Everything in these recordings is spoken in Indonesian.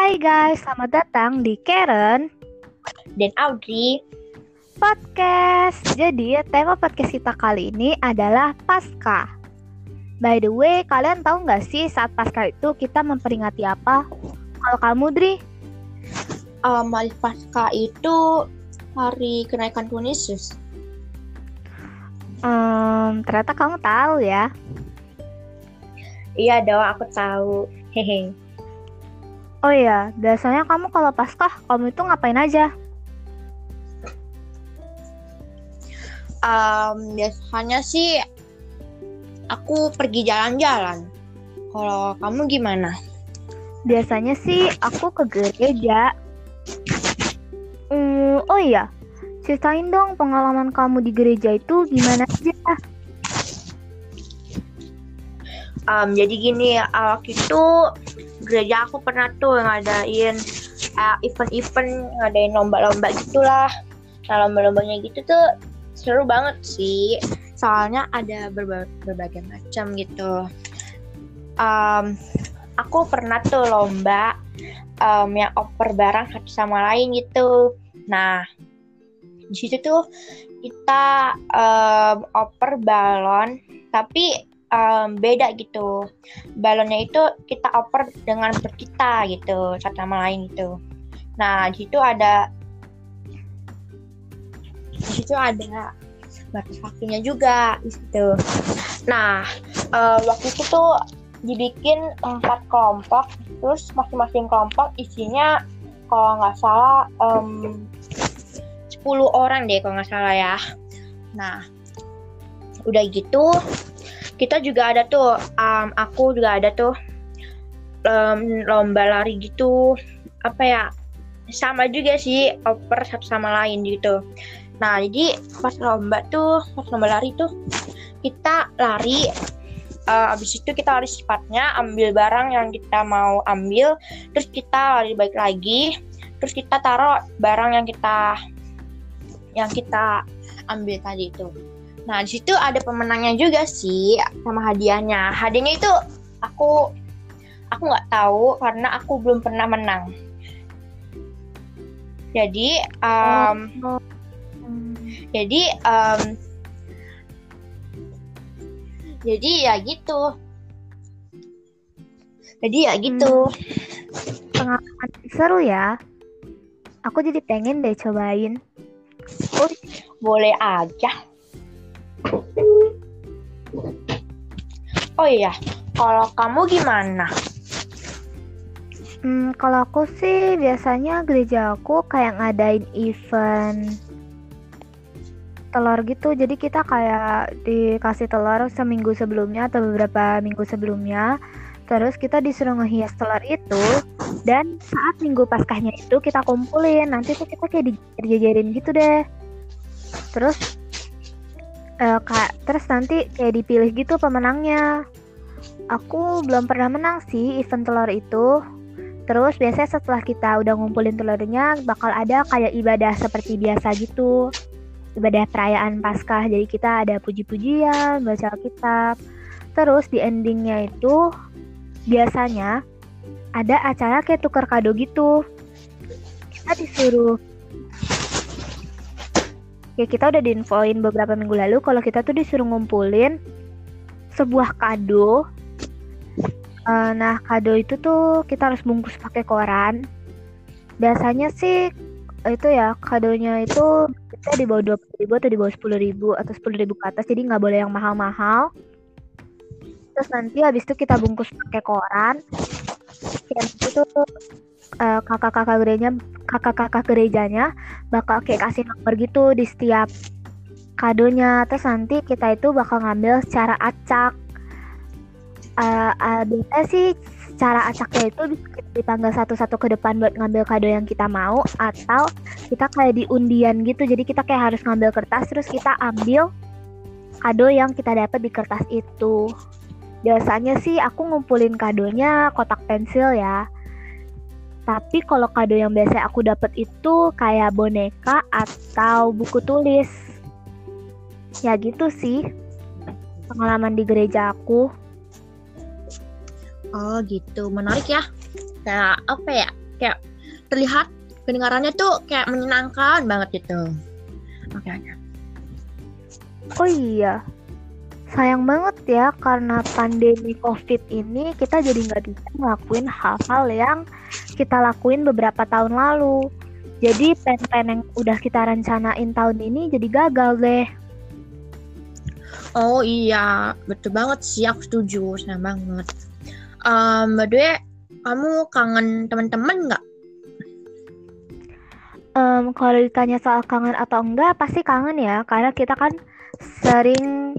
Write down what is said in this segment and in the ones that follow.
Hai guys, selamat datang di Karen dan Audrey. Podcast. Jadi tema podcast kita kali ini adalah Paskah. By the way, kalian tahu nggak sih saat Paskah itu kita memperingati apa? Kalau kamu, Dri? Hari Paskah itu hari kenaikan Tuhan Yesus. Ternyata kamu tahu ya. Iya dong, aku tahu. Hehe. Oh iya, biasanya kamu kalau Paskah, kamu itu ngapain aja? Biasanya sih aku pergi jalan-jalan. Kalau kamu gimana? Biasanya sih aku ke gereja. Oh iya, ceritain dong pengalaman kamu di gereja itu gimana aja? Jadi gini, waktu itu gereja aku pernah tuh ngadain event-event, ngadain lomba-lomba gitulah. Nah, lomba-lombanya gitu tuh seru banget sih. Soalnya ada berbagai macam gitu. Aku pernah tuh lomba yang oper barang satu sama lain gitu. Nah, di situ tuh kita oper balon, tapi beda gitu. Balonnya itu kita oper dengan perut kita gitu, satu sama lain gitu. Nah, di situ ada batas waktunya juga di situ. Nah, waktu itu tuh dibikin 4 kelompok, terus masing-masing kelompok isinya kalau nggak salah 10 orang deh kalau nggak salah ya. Nah, udah gitu kita juga ada tuh, aku juga ada tuh lomba lari gitu, apa ya, sama juga sih, oper satu sama lain gitu. Nah, jadi pas lomba lari tuh kita lari, abis itu kita lari secepatnya, ambil barang yang kita mau ambil, terus kita lari balik lagi, terus kita taruh barang yang kita ambil tadi itu. Nah, di situ ada pemenangnya juga sih sama hadiahnya. Hadiahnya itu aku nggak tahu karena aku belum pernah menang. Jadi ya gitu. Pengalaman seru ya. Aku jadi pengen deh cobain. Oh, boleh aja. Oh iya, kalau kamu gimana? Kalau aku sih biasanya gereja aku kayak ngadain event telur gitu. Jadi kita kayak dikasih telur seminggu sebelumnya atau beberapa minggu sebelumnya. Terus kita disuruh ngehias telur itu, dan saat minggu Paskahnya itu kita kumpulin. Nanti tuh kita kayak dijajarin gitu deh. Terus terus nanti kayak dipilih gitu pemenangnya. Aku belum pernah menang sih event telur itu. Terus biasanya setelah kita udah ngumpulin telurnya, bakal ada kayak ibadah seperti biasa gitu, ibadah perayaan Paskah. Jadi kita ada puji-pujian, baca Alkitab. Terus di endingnya itu biasanya ada acara kayak tukar kado gitu. Kita udah diinfoin beberapa minggu lalu kalau kita tuh disuruh ngumpulin sebuah kado. Nah, kado itu tuh kita harus bungkus pakai koran. Biasanya sih itu ya, kadonya itu kita di bawah 20.000 atau di bawah 10.000 atau 10.000 ke atas, jadi nggak boleh yang mahal-mahal. Terus nanti habis itu kita bungkus pakai koran. Yang itu tuh kakak-kakak gerejanya bakal kayak kasih nomor gitu di setiap kadonya. Terus nanti kita itu bakal ngambil secara acak. Biasanya sih cara acaknya itu dipanggil satu-satu ke depan buat ngambil kado yang kita mau, atau kita kayak di undian gitu. Jadi kita kayak harus ngambil kertas, terus kita ambil kado yang kita dapat di kertas itu. Biasanya sih aku ngumpulin kadonya kotak pensil ya. Tapi kalau kado yang biasa aku dapat itu kayak boneka atau buku tulis. Ya gitu sih pengalaman di gereja aku. Oh gitu, menarik ya. Nah, apa ya? kayak terlihat kedengarannya tuh kayak menyenangkan banget gitu. Oke. Oh iya, sayang banget ya karena pandemi COVID ini kita jadi nggak bisa ngelakuin hal-hal yang kita lakuin beberapa tahun lalu. Jadi plan-plan yang udah kita rencanain tahun ini jadi gagal deh. Oh iya, betul banget sih, aku setuju sama banget. By the way, kamu kangen teman-teman nggak? Kalau ditanya soal kangen atau enggak, pasti kangen ya, karena kita kan sering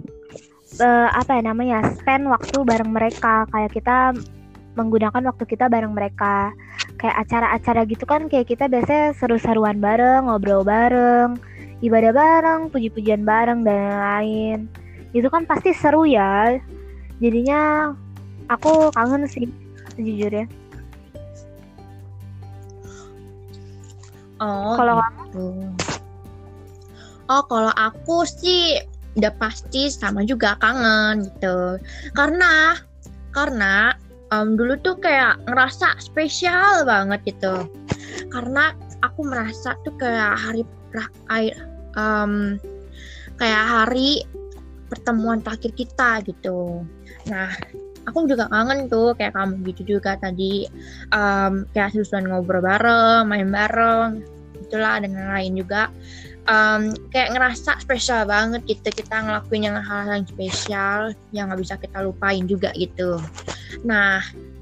spend waktu bareng mereka, kayak kita menggunakan waktu kita bareng mereka. Kayak acara-acara gitu kan, kayak kita biasanya seru-seruan bareng, ngobrol bareng, ibadah bareng, puji-pujian bareng dan lain-lain. Itu kan pasti seru ya. Jadinya aku kangen sih sejujurnya. Oh, Kalau gitu. Oh, kalau aku sih udah pasti sama juga kangen gitu. Karena dulu tuh kayak ngerasa spesial banget gitu. Karena aku merasa tuh kayak kayak hari pertemuan terakhir kita gitu. Nah, aku juga kangen tuh kayak kamu gitu juga tadi, kayak seruan ngobrol bareng, main bareng, itulah dan lain-lain juga. Kayak ngerasa spesial banget gitu, kita ngelakuin yang hal-hal yang spesial yang nggak bisa kita lupain juga gitu. Nah,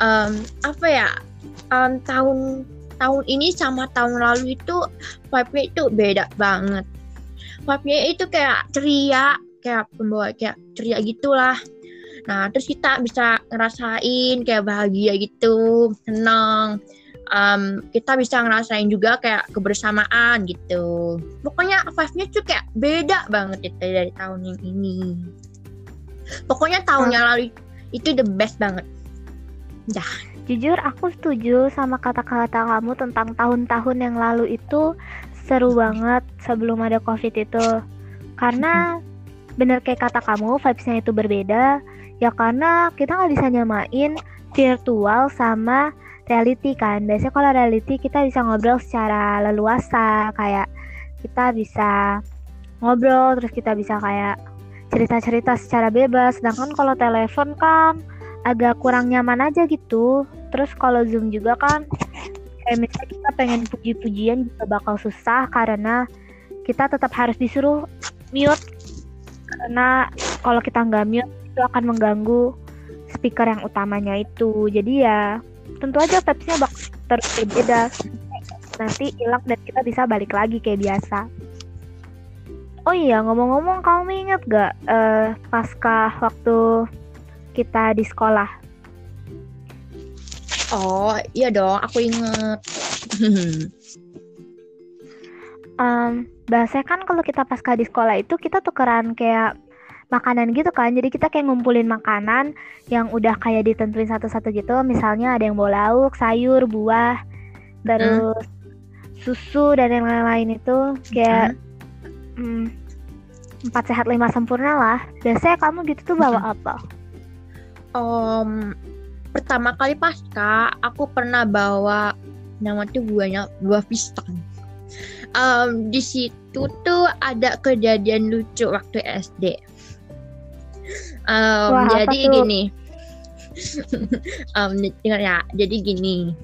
tahun ini sama tahun lalu itu vibe-nya itu beda banget. Vibe-nya itu kayak ceria, kayak pembawa kayak ceria gitulah. Nah, terus kita bisa ngerasain kayak bahagia gitu, senang. Kita bisa ngerasain juga kayak kebersamaan gitu. Pokoknya vibe-nya tuh kayak beda banget gitu dari tahun yang ini. Pokoknya tahun yang lalu itu the best banget. Dah. Jujur aku setuju sama kata-kata kamu tentang tahun-tahun yang lalu itu seru banget sebelum ada COVID itu. Karena bener kayak kata kamu, vibes-nya itu berbeda. Ya karena kita nggak bisa nyamain virtual sama reality kan. Biasanya kalau reality kita bisa ngobrol secara leluasa, kayak kita bisa ngobrol, terus kita bisa kayak cerita-cerita secara bebas. Sedangkan kalau telepon kan agak kurang nyaman aja gitu. Terus kalau Zoom juga kan kayak misalnya kita pengen puji-pujian juga bakal susah karena kita tetap harus disuruh mute. Karena kalau kita nggak mute itu akan mengganggu speaker yang utamanya itu. Jadi ya tentu aja vibes-nya bakal terus berbeda. Nanti hilang dan kita bisa balik lagi kayak biasa. Oh iya, ngomong-ngomong, kamu ingat gak pasca waktu kita di sekolah? Oh iya dong, aku inget. Biasanya kan kalau kita pasca di sekolah itu kita tukeran kayak makanan gitu kan. Jadi kita kayak ngumpulin makanan yang udah kayak ditentuin satu-satu gitu. Misalnya ada yang bawa lauk, sayur, buah, terus susu dan yang lain-lain itu kayak 4 sehat 5 sempurna lah. Biasanya kamu gitu tuh bawa apa? Pertama kali pasca aku pernah bawa namanya buah pisang. Di situ tuh ada kejadian lucu waktu SD. Jadi gini, dengar ya. Jadi gini,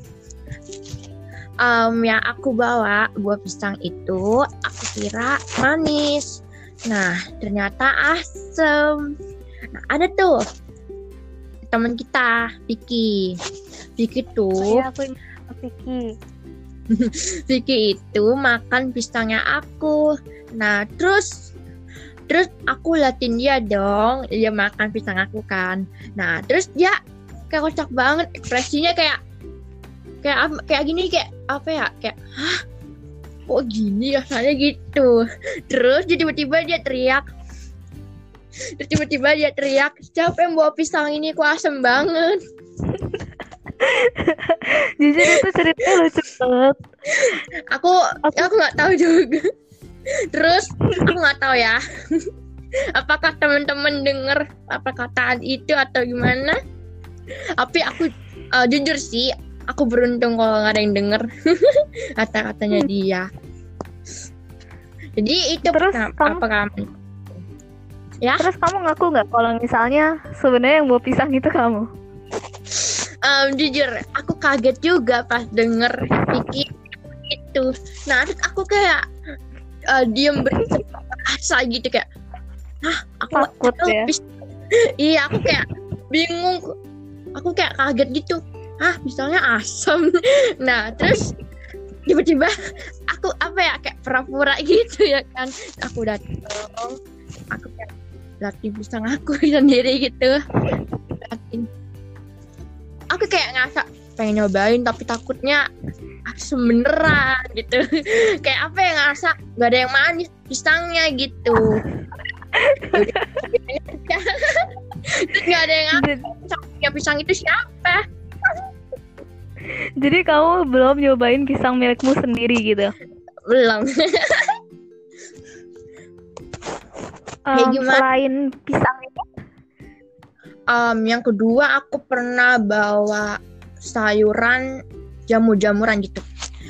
yang aku bawa buah pisang itu aku kira manis. Nah, ternyata asem. Nah, ada tuh teman kita, Vicky tuh. Iya, aku ingat Vicky. Vicky itu makan pisangnya aku. Nah, terus aku liatin dia dong, dia makan pisang aku kan. Nah, terus dia kayak kocak banget, ekspresinya kayak gini, kayak apa ya? Kayak, hah? Kok gini rasanya gitu. Terus tiba-tiba dia teriak. Siapa yang bawa pisang ini, kok asem banget. Jujur itu ceritanya lucu banget. Aku nggak tahu juga. Terus aku nggak tahu ya. Apakah teman-teman dengar apa kataan itu atau gimana? Tapi aku jujur sih, Aku beruntung kalau nggak ada yang denger kata-katanya dia. Jadi itu Terus apa kamu? Ya? Terus kamu ngaku nggak kalau misalnya sebenarnya yang bawa pisang itu kamu? Jujur, aku kaget juga pas denger pikir itu. Nah, terus aku kayak diem berasa gitu kayak, aku takut ya? Iya, aku kayak bingung. Aku kayak kaget gitu. Misalnya asam. Nah, terus tiba-tiba aku kayak pura-pura gitu ya kan. Aku datang, aku kayak latih pisang aku sendiri gitu. Aku kayak ngerasa pengen nyobain tapi takutnya asam beneran gitu. Kayak ngerasa gak ada yang manis pisangnya gitu. Terus gak ada yang pisang itu siapa? Jadi kamu belum nyobain pisang milikmu sendiri gitu? Belum. Selain pisang itu? Yang kedua aku pernah bawa sayuran jamuran gitu.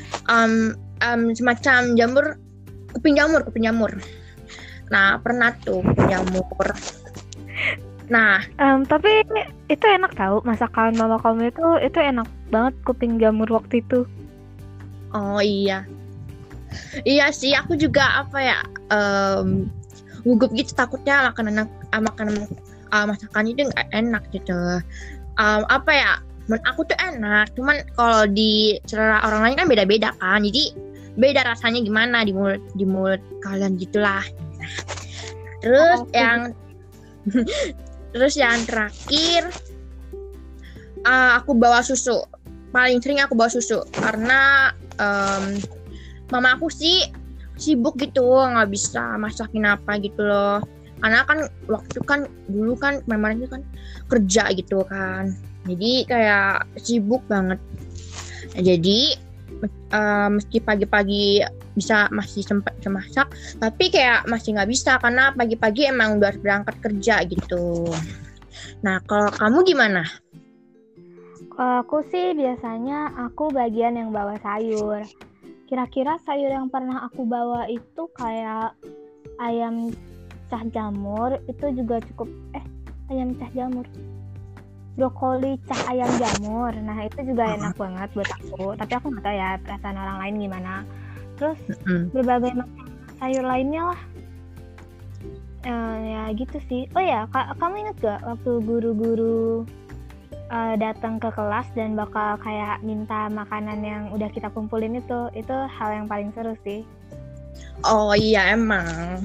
Semacam kuping jamur. Nah, pernah tuh jamur. Nah, tapi itu enak tahu, masakan mama kamu itu enak banget kuping jamur waktu itu. Oh iya. Iya sih, aku juga gugup gitu, takutnya makanan masakan itu nggak enak gitu. Menurut aku tuh enak, cuman kalau di selera orang lain kan beda-beda kan, jadi beda rasanya gimana di mulut kalian gitulah. Terus yang terakhir aku bawa susu. Paling sering aku bawa susu karena mama aku sih sibuk gitu, nggak bisa masakin apa gitu loh. Karena kan dulu kan kemarin itu kan kerja gitu kan, jadi kayak sibuk banget. Nah, jadi meski pagi-pagi masih sempat masak, tapi kayak masih nggak bisa karena pagi-pagi emang udah harus berangkat kerja gitu. Nah, kalau kamu gimana? Kalau aku sih biasanya aku bagian yang bawa sayur. Kira-kira sayur yang pernah aku bawa itu kayak ayam cah jamur, itu juga cukup ayam cah jamur, brokoli cah ayam jamur. Nah, itu juga enak banget buat aku, tapi aku nggak tahu ya perasaan orang lain gimana. Terus berbagai macam sayur lainnya lah. Ya gitu sih. Oh ya, kamu ingat gak waktu guru-guru datang ke kelas dan bakal kayak minta makanan yang udah kita kumpulin itu hal yang paling seru sih. Oh iya, emang.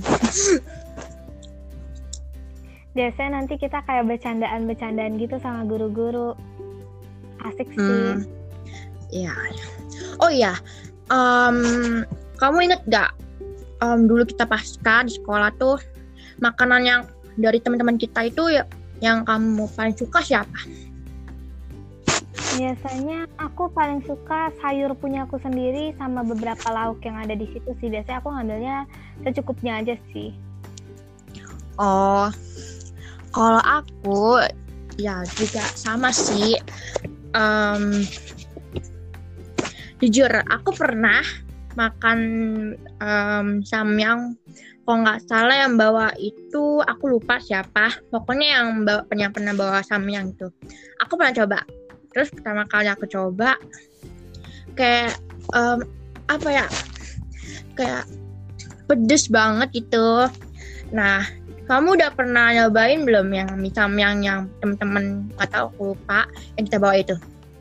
Biasanya nanti kita kayak bercandaan gitu sama guru-guru. Asik sih. Iya. Oh iya, kamu inget gak dulu kita pasca di sekolah tuh, makanan yang dari teman-teman kita itu yang kamu paling suka siapa? Biasanya aku paling suka sayur punya aku sendiri sama beberapa lauk yang ada di situ sih. Biasanya aku ngambilnya secukupnya aja sih. Oh, kalau aku ya juga sama sih. Jujur, aku pernah makan samyang. Kalau nggak salah yang bawa itu aku lupa siapa. Pokoknya yang pernah bawa samyang itu, aku pernah coba. Terus pertama kali aku coba kayak kayak pedes banget gitu. Nah, kamu udah pernah nyobain belum yang mie samyang yang temen-temen nggak tahu, aku lupa, yang kita bawa itu?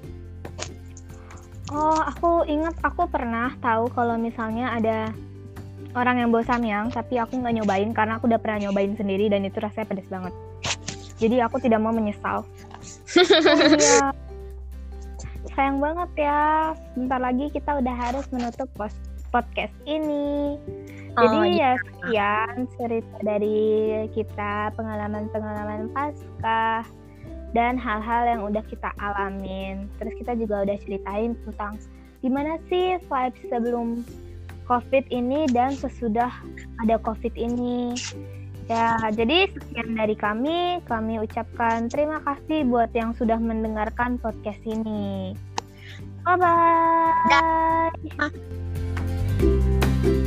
Oh, aku ingat aku pernah tahu kalau misalnya ada orang yang bawa samyang, tapi aku nggak nyobain karena aku udah pernah nyobain sendiri dan itu rasanya pedas banget. Jadi aku tidak mau menyesal. Oh iya, sayang banget ya. Sebentar lagi kita udah harus menutup podcast ini. Jadi ya sekian cerita dari kita, pengalaman-pengalaman Paskah dan hal-hal yang udah kita alamin. Terus kita juga udah ceritain tentang gimana sih vibes sebelum COVID ini dan sesudah ada COVID ini. Ya, jadi sekian dari kami ucapkan terima kasih buat yang sudah mendengarkan podcast ini. Bye bye.